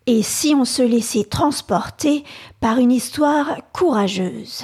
Et si on se laissait transporter par une histoire courageuse?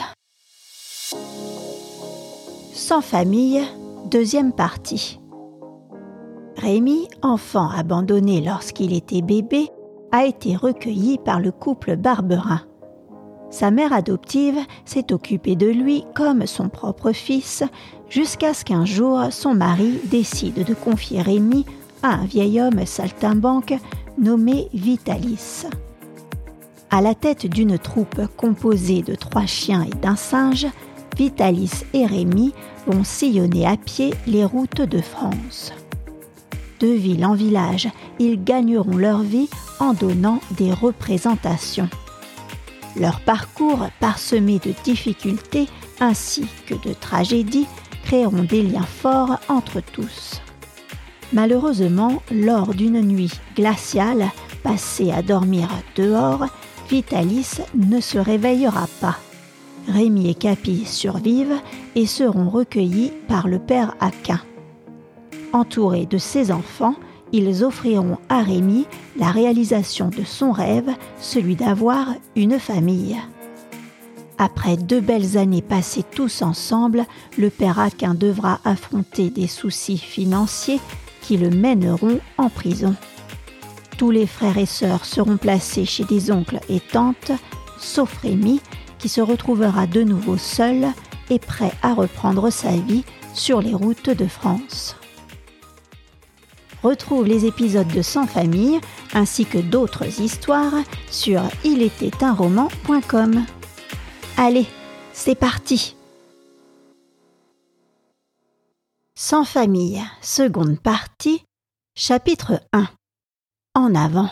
Sans famille, deuxième partie. Rémi, enfant abandonné lorsqu'il était bébé, a été recueilli par le couple Barberin. Sa mère adoptive s'est occupée de lui comme son propre fils, jusqu'à ce qu'un jour son mari décide de confier Rémi à un vieil homme saltimbanque nommé Vitalis. À la tête d'une troupe composée de 3 chiens et d'un singe, Vitalis et Rémi vont sillonner à pied les routes de France. De ville en village, ils gagneront leur vie en donnant des représentations. Leur parcours, parsemé de difficultés ainsi que de tragédies, créeront des liens forts entre tous. Malheureusement, lors d'une nuit glaciale, passée à dormir dehors, Vitalis ne se réveillera pas. Rémi et Capi survivent et seront recueillis par le père Aquin. Entourés de ses enfants, ils offriront à Rémi la réalisation de son rêve, celui d'avoir une famille. Après 2 belles années passées tous ensemble, le père Aquin devra affronter des soucis financiers qui le mèneront en prison. Tous les frères et sœurs seront placés chez des oncles et tantes, sauf Rémi, qui se retrouvera de nouveau seul et prêt à reprendre sa vie sur les routes de France. Retrouve les épisodes de Sans famille ainsi que d'autres histoires sur ilétaitunroman.com. Allez, c'est parti! Sans famille, seconde partie, chapitre 1. En avant.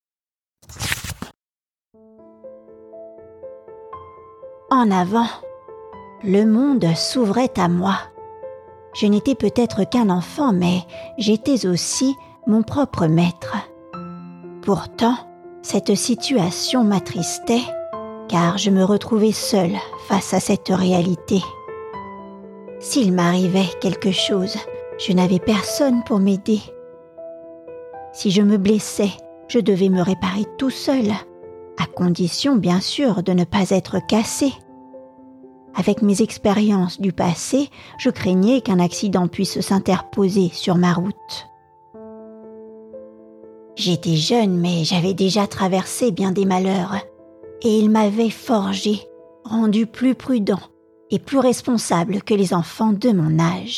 En avant. Le monde s'ouvrait à moi. Je n'étais peut-être qu'un enfant, mais j'étais aussi mon propre maître. Pourtant, cette situation m'attristait, car je me retrouvais seule face à cette réalité. S'il m'arrivait quelque chose, je n'avais personne pour m'aider. Si je me blessais, je devais me réparer tout seul, à condition bien sûr de ne pas être cassé. Avec mes expériences du passé, je craignais qu'un accident puisse s'interposer sur ma route. J'étais jeune, mais j'avais déjà traversé bien des malheurs, et ils m'avaient forgé, rendu plus prudent et plus responsable que les enfants de mon âge.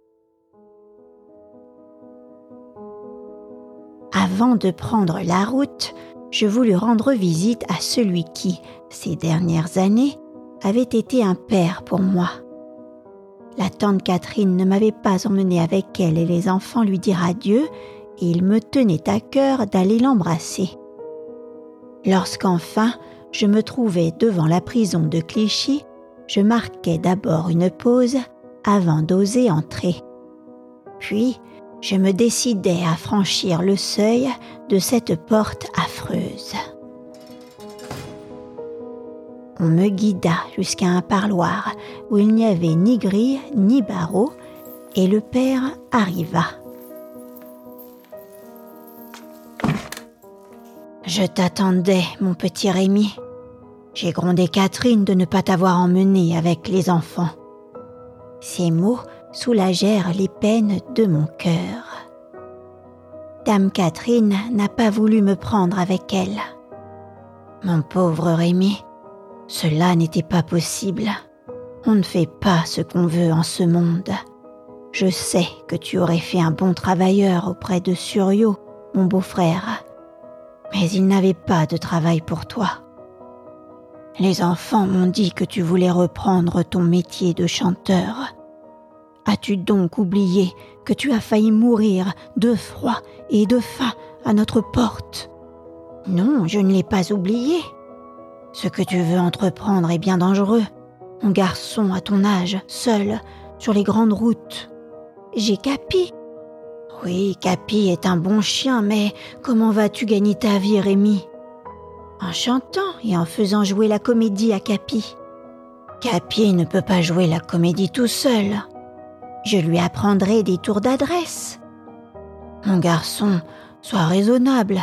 Avant de prendre la route, je voulus rendre visite à celui qui, ces dernières années, avait été un père pour moi. La tante Catherine ne m'avait pas emmenée avec elle et les enfants lui dire adieu, et il me tenait à cœur d'aller l'embrasser. Lorsqu'enfin je me trouvais devant la prison de Clichy, je marquai d'abord une pause avant d'oser entrer. Puis, je me décidai à franchir le seuil de cette porte affreuse. On me guida jusqu'à un parloir où il n'y avait ni grille ni barreaux, et le père arriva. « Je t'attendais, mon petit Rémi. J'ai grondé Catherine de ne pas t'avoir emmené avec les enfants. » Ces mots soulagèrent les peines de mon cœur. Dame Catherine n'a pas voulu me prendre avec elle. Mon pauvre Rémi, cela n'était pas possible. On ne fait pas ce qu'on veut en ce monde. Je sais que tu aurais fait un bon travailleur auprès de Suriot, mon beau-frère. Mais il n'avait pas de travail pour toi. Les enfants m'ont dit que tu voulais reprendre ton métier de chanteur. As-tu donc oublié que tu as failli mourir de froid et de faim à notre porte? Non, je ne l'ai pas oublié. Ce que tu veux entreprendre est bien dangereux. Un garçon à ton âge, seul, sur les grandes routes. J'ai Capi. Oui, Capi est un bon chien, mais comment vas-tu gagner ta vie, Rémi? En chantant et en faisant jouer la comédie à Capi. Capi ne peut pas jouer la comédie tout seul. Je lui apprendrai des tours d'adresse. Mon garçon, sois raisonnable.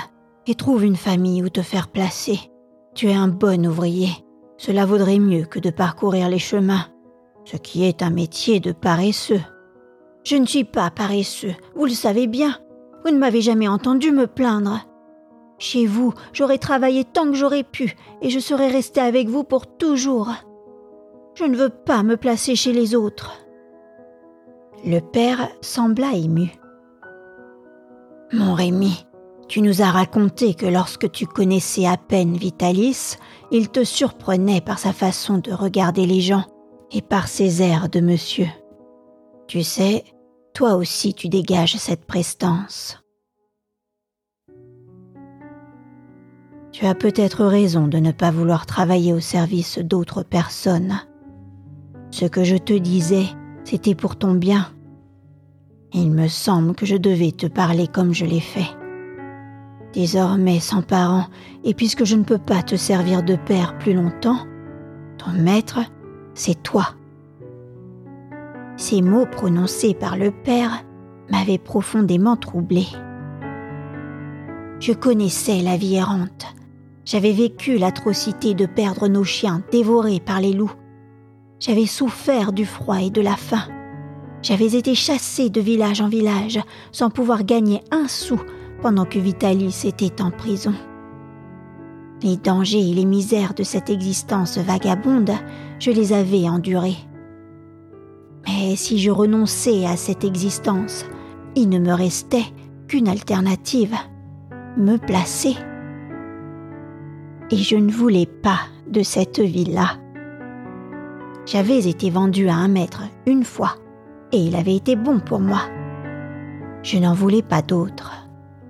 et trouve une famille où te faire placer. Tu es un bon ouvrier. Cela vaudrait mieux que de parcourir les chemins, ce qui est un métier de paresseux. Je ne suis pas paresseux, vous le savez bien. Vous ne m'avez jamais entendu me plaindre. Chez vous, j'aurais travaillé tant que j'aurais pu et je serais resté avec vous pour toujours. Je ne veux pas me placer chez les autres. » Le père sembla ému. « Mon Rémi, tu nous as raconté que lorsque tu connaissais à peine Vitalis, il te surprenait par sa façon de regarder les gens et par ses airs de monsieur. Tu sais, toi aussi tu dégages cette prestance. Tu as peut-être raison de ne pas vouloir travailler au service d'autres personnes. Ce que je te disais, c'était pour ton bien. Il me semble que je devais te parler comme je l'ai fait. Désormais sans parents, et puisque je ne peux pas te servir de père plus longtemps, ton maître, c'est toi. » Ces mots prononcés par le père m'avaient profondément troublée. Je connaissais la vie errante. J'avais vécu l'atrocité de perdre nos chiens dévorés par les loups. J'avais souffert du froid et de la faim. J'avais été chassée de village en village sans pouvoir gagner un sou pendant que Vitalis était en prison. Les dangers et les misères de cette existence vagabonde, je les avais endurés. Mais si je renonçais à cette existence, il ne me restait qu'une alternative, me placer. Et je ne voulais pas de cette vie-là. J'avais été vendue à un maître une fois, et il avait été bon pour moi. Je n'en voulais pas d'autre.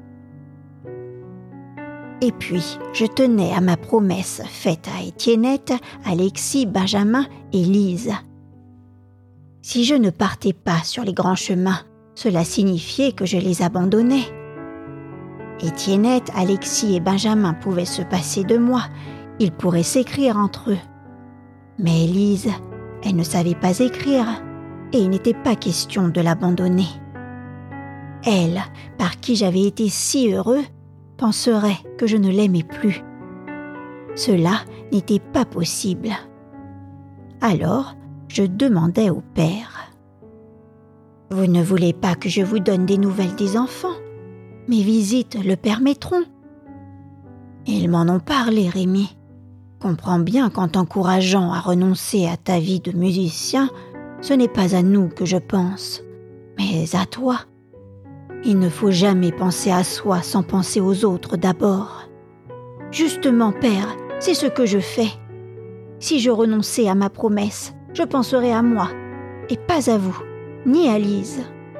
Et puis, je tenais à ma promesse faite à Étiennette, Alexis, Benjamin et Lise. Si je ne partais pas sur les grands chemins, cela signifiait que je les abandonnais. Étiennette, Alexis et Benjamin pouvaient se passer de moi, ils pourraient s'écrire entre eux. Mais Lise, elle ne savait pas écrire, et il n'était pas question de l'abandonner. Elle, par qui j'avais été si heureux, penserait que je ne l'aimais plus. Cela n'était pas possible. Alors, je demandai au père. « Vous ne voulez pas que je vous donne des nouvelles des enfants ? Mes visites le permettront. » Ils m'en ont parlé, Rémi. Comprends bien qu'en t'encourageant à renoncer à ta vie de musicien, ce n'est pas à nous que je pense, mais à toi. Il ne faut jamais penser à soi sans penser aux autres d'abord. Justement, père, c'est ce que je fais. Si je renonçais à ma promesse, je penserais à moi, et pas à vous, ni à Lise.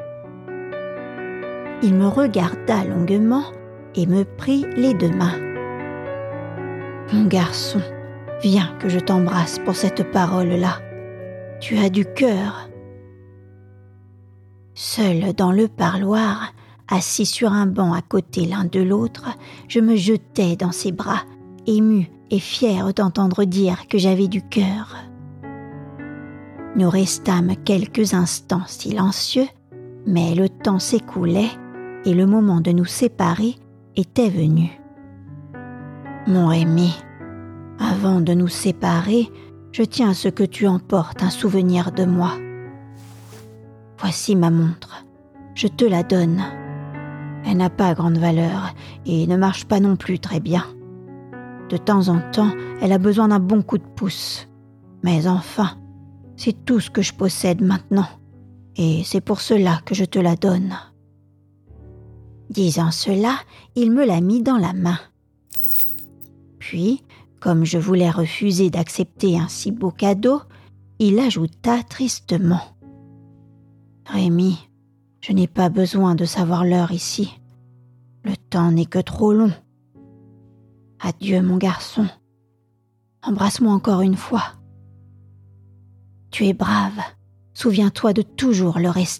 Il me regarda longuement et me prit les deux mains. « Mon garçon, viens que je t'embrasse pour cette parole-là. Tu as du cœur. » Seul dans le parloir, assis sur un banc à côté l'un de l'autre, je me jetai dans ses bras, ému et fier d'entendre dire que j'avais du cœur. Nous restâmes quelques instants silencieux, mais le temps s'écoulait et le moment de nous séparer était venu. Mon Rémi, avant de nous séparer, je tiens à ce que tu emportes un souvenir de moi. Voici ma montre, je te la donne. Elle n'a pas grande valeur et ne marche pas non plus très bien. De temps en temps, elle a besoin d'un bon coup de pouce. Mais enfin, c'est tout ce que je possède maintenant, et c'est pour cela que je te la donne. » Disant cela, il me la mit dans la main. Puis, comme je voulais refuser d'accepter un si beau cadeau, il ajouta tristement. « Rémi, je n'ai pas besoin de savoir l'heure ici. Le temps n'est que trop long. Adieu, mon garçon. Embrasse-moi encore une fois. Tu es brave. Souviens-toi de toujours le rester. »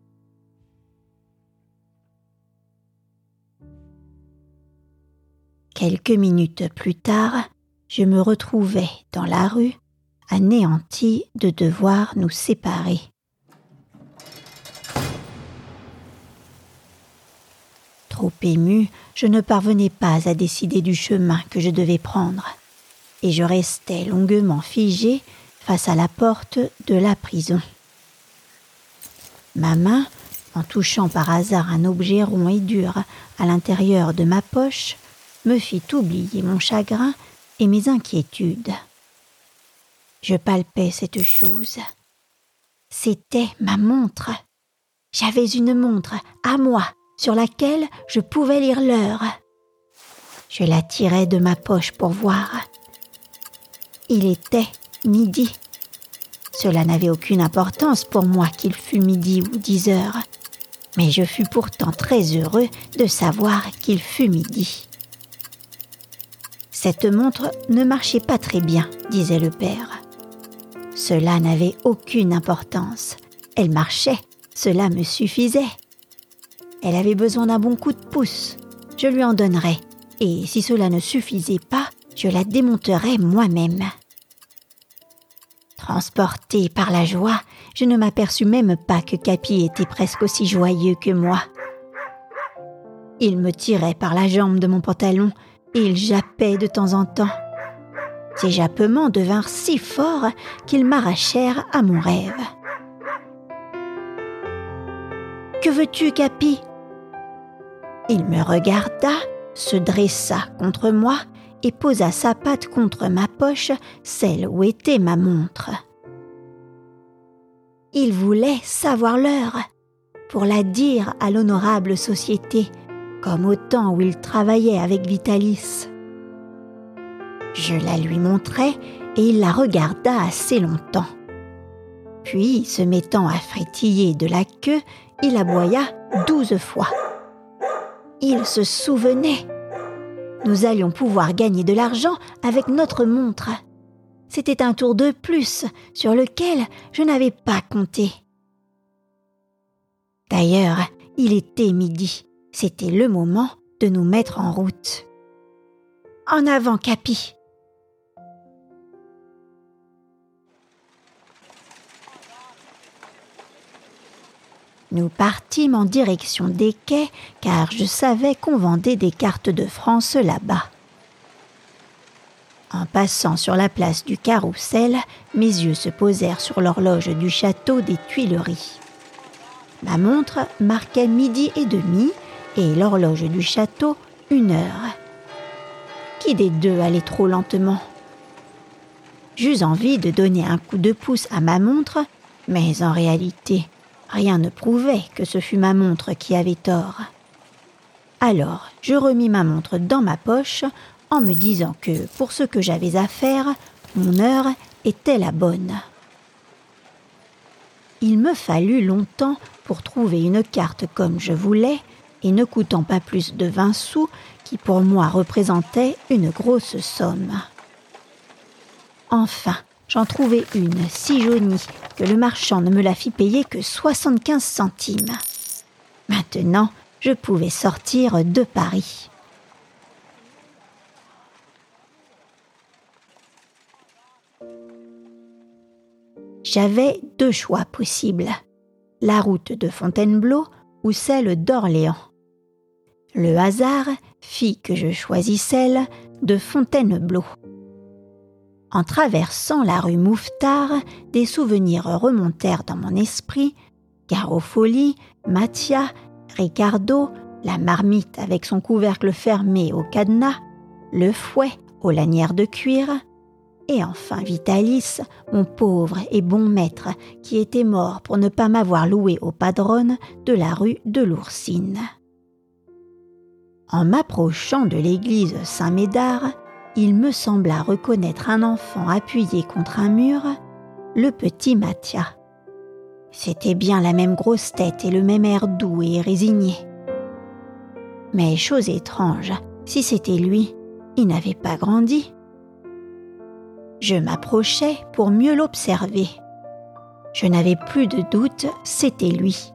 Quelques minutes plus tard, je me retrouvais dans la rue, anéanti de devoir nous séparer. Trop émue, je ne parvenais pas à décider du chemin que je devais prendre, et je restais longuement figée face à la porte de la prison. Ma main, en touchant par hasard un objet rond et dur à l'intérieur de ma poche, me fit oublier mon chagrin et mes inquiétudes. Je palpais cette chose. C'était ma montre. J'avais une montre à moi sur laquelle je pouvais lire l'heure. Je la tirai de ma poche pour voir. Il était midi. Cela n'avait aucune importance pour moi qu'il fût midi ou 10 heures, mais je fus pourtant très heureux de savoir qu'il fût midi. Cette montre ne marchait pas très bien, disait le père. Cela n'avait aucune importance. Elle marchait, cela me suffisait. Elle avait besoin d'un bon coup de pouce. Je lui en donnerais, et si cela ne suffisait pas, je la démonterais moi-même. Transportée par la joie, je ne m'aperçus même pas que Capi était presque aussi joyeux que moi. Il me tirait par la jambe de mon pantalon et il jappait de temps en temps. Ces jappements devinrent si forts qu'ils m'arrachèrent à mon rêve. « Que veux-tu, Capi ?» Il me regarda, se dressa contre moi et posa sa patte contre ma poche, celle où était ma montre. Il voulait savoir l'heure, pour la dire à l'honorable société, comme au temps où il travaillait avec Vitalis. Je la lui montrai et il la regarda assez longtemps. Puis, se mettant à frétiller de la queue, il aboya 12 fois. Il se souvenait. Nous allions pouvoir gagner de l'argent avec notre montre. C'était un tour de plus sur lequel je n'avais pas compté. D'ailleurs, il était midi. C'était le moment de nous mettre en route. En avant, Capi! Nous partîmes en direction des quais car je savais qu'on vendait des cartes de France là-bas. En passant sur la place du Carrousel, mes yeux se posèrent sur l'horloge du château des Tuileries. Ma montre marquait 12h30 et l'horloge du château 1h. Qui des deux allait trop lentement ? J'eus envie de donner un coup de pouce à ma montre, mais en réalité, rien ne prouvait que ce fût ma montre qui avait tort. Alors, je remis ma montre dans ma poche en me disant que, pour ce que j'avais à faire, mon heure était la bonne. Il me fallut longtemps pour trouver une carte comme je voulais et ne coûtant pas plus de 20 sous, qui pour moi représentait une grosse somme. Enfin, j'en trouvai une si jaunie que le marchand ne me la fit payer que 75 centimes. Maintenant, je pouvais sortir de Paris. J'avais 2 choix possibles, la route de Fontainebleau ou celle d'Orléans. Le hasard fit que je choisis celle de Fontainebleau. En traversant la rue Mouffetard, des souvenirs remontèrent dans mon esprit. Garofoli, Mathia, Ricardo, la marmite avec son couvercle fermé au cadenas, le fouet aux lanières de cuir, et enfin Vitalis, mon pauvre et bon maître, qui était mort pour ne pas m'avoir loué au padrone de la rue de l'Oursine. En m'approchant de l'église Saint-Médard, il me sembla reconnaître un enfant appuyé contre un mur, le petit Mathia. C'était bien la même grosse tête et le même air doux et résigné. Mais chose étrange, si c'était lui, il n'avait pas grandi. Je m'approchai pour mieux l'observer. Je n'avais plus de doute, c'était lui.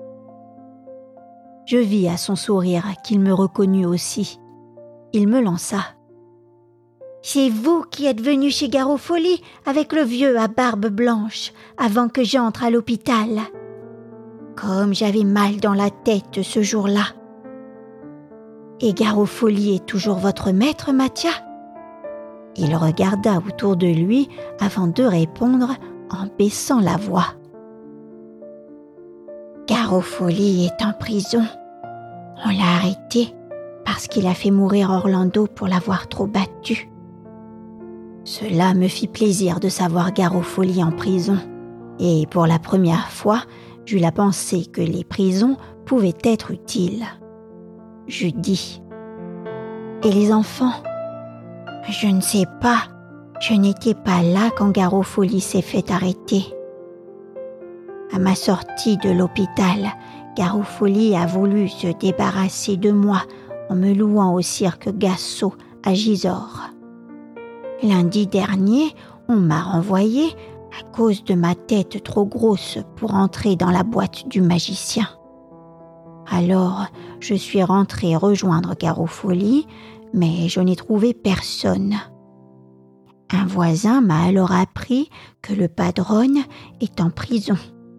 Je vis à son sourire qu'il me reconnut aussi. Il me lança. « C'est vous qui êtes venu chez Garofoli avec le vieux à barbe blanche avant que j'entre à l'hôpital. Comme j'avais mal dans la tête ce jour-là. Et Garofoli est toujours votre maître, Mathia ?» Il regarda autour de lui avant de répondre en baissant la voix. « Garofoli est en prison. On l'a arrêté parce qu'il a fait mourir Orlando pour l'avoir trop battu. » Cela me fit plaisir de savoir Garofoli en prison, et pour la première fois, j'eus la pensée que les prisons pouvaient être utiles. Je dis « Et les enfants ? » « Je ne sais pas, je n'étais pas là quand Garofoli s'est fait arrêter. » À ma sortie de l'hôpital, Garofoli a voulu se débarrasser de moi en me louant au cirque Gasso à Gisors. Lundi dernier, on m'a renvoyé à cause de ma tête trop grosse pour entrer dans la boîte du magicien. Alors, je suis rentrée rejoindre Garofoli, mais je n'ai trouvé personne. Un voisin m'a alors appris que le padrone est en prison.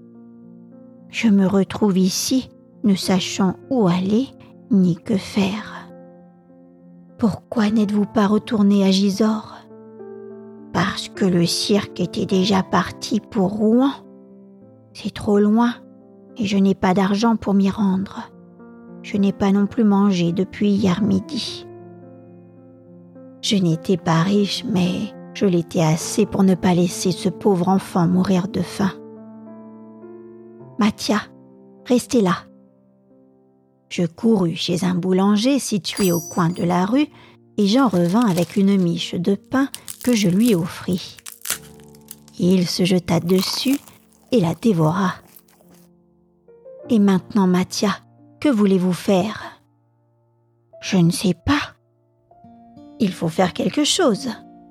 Je me retrouve ici, ne sachant où aller ni que faire. Pourquoi n'êtes-vous pas retourné à Gisors ? Parce que le cirque était déjà parti pour Rouen. C'est trop loin et je n'ai pas d'argent pour m'y rendre. Je n'ai pas non plus mangé depuis hier midi. Je n'étais pas riche, mais je l'étais assez pour ne pas laisser ce pauvre enfant mourir de faim. Mathia, restez là. Je courus chez un boulanger situé au coin de la rue et j'en revins avec une miche de pain que je lui offris. Il se jeta dessus et la dévora. Et maintenant, Mathia, que voulez-vous faire ? Je ne sais pas. Il faut faire quelque chose.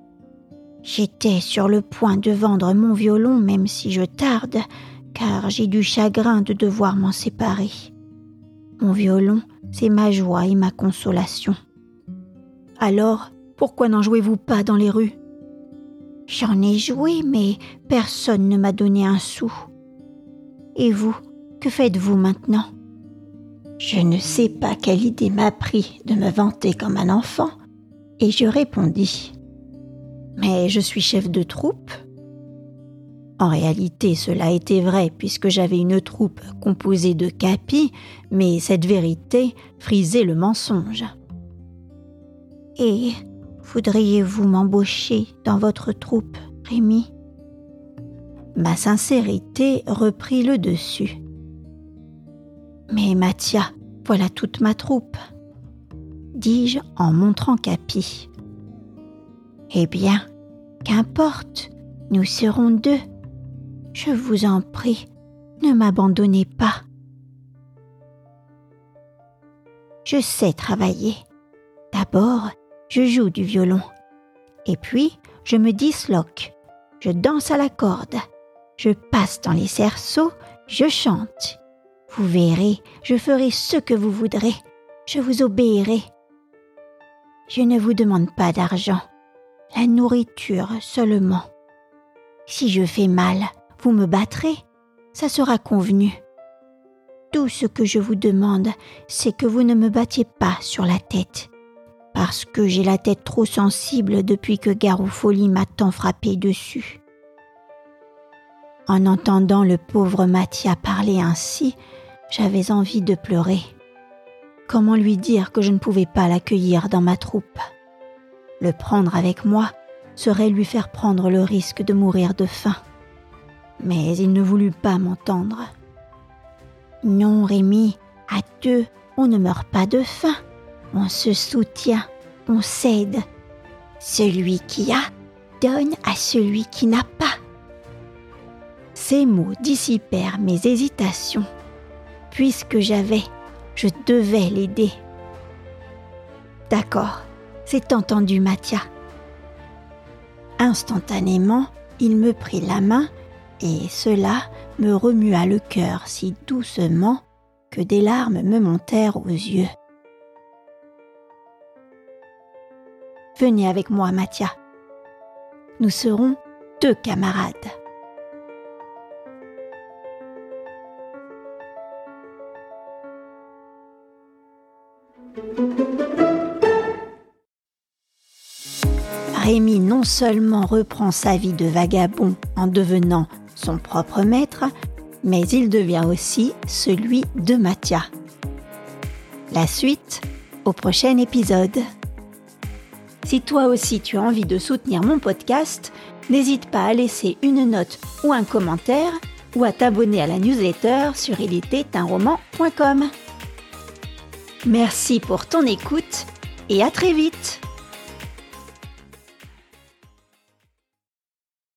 J'étais sur le point de vendre mon violon même si je tarde, car j'ai du chagrin de devoir m'en séparer. Mon violon, c'est ma joie et ma consolation. Alors, pourquoi n'en jouez-vous pas dans les rues ? J'en ai joué, mais personne ne m'a donné un sou. Et vous, que faites-vous maintenant ? Je ne sais pas quelle idée m'a pris de me vanter comme un enfant, et je répondis « Mais je suis chef de troupe ?» En réalité, cela était vrai puisque j'avais une troupe composée de capis, mais cette vérité frisait le mensonge. « Et voudriez-vous m'embaucher dans votre troupe, Rémi ?» Ma sincérité reprit le dessus. « Mais Mathia, voilà toute ma troupe, » dis-je en montrant Capi. « Eh bien, qu'importe, nous serons deux. Je vous en prie, ne m'abandonnez pas. Je sais travailler. D'abord, je joue du violon. Et puis, je me disloque. Je danse à la corde. Je passe dans les cerceaux, je chante. Vous verrez, je ferai ce que vous voudrez. Je vous obéirai. Je ne vous demande pas d'argent, la nourriture seulement. Si je fais mal, vous me battrez, ça sera convenu. Tout ce que je vous demande, c'est que vous ne me battiez pas sur la tête, parce que j'ai la tête trop sensible depuis que Garofoli m'a tant frappé dessus. » En entendant le pauvre Mathia parler ainsi, j'avais envie de pleurer. Comment lui dire que je ne pouvais pas l'accueillir dans ma troupe ? Le prendre avec moi serait lui faire prendre le risque de mourir de faim. Mais il ne voulut pas m'entendre. « Non, Rémi, à deux, on ne meurt pas de faim. On se soutient, on s'aide. Celui qui a, donne à celui qui n'a pas. » Ces mots dissipèrent mes hésitations. Puisque je devais l'aider. « D'accord, c'est entendu, Mathia. » Instantanément, il me prit la main et cela me remua le cœur si doucement que des larmes me montèrent aux yeux. « Venez avec moi, Mathia. Nous serons deux camarades. » Rémi non seulement reprend sa vie de vagabond en devenant son propre maître, mais il devient aussi celui de Mathia. La suite au prochain épisode. Si toi aussi tu as envie de soutenir mon podcast, n'hésite pas à laisser une note ou un commentaire ou à t'abonner à la newsletter sur ilétait-un-roman.com. Merci pour ton écoute et à très vite.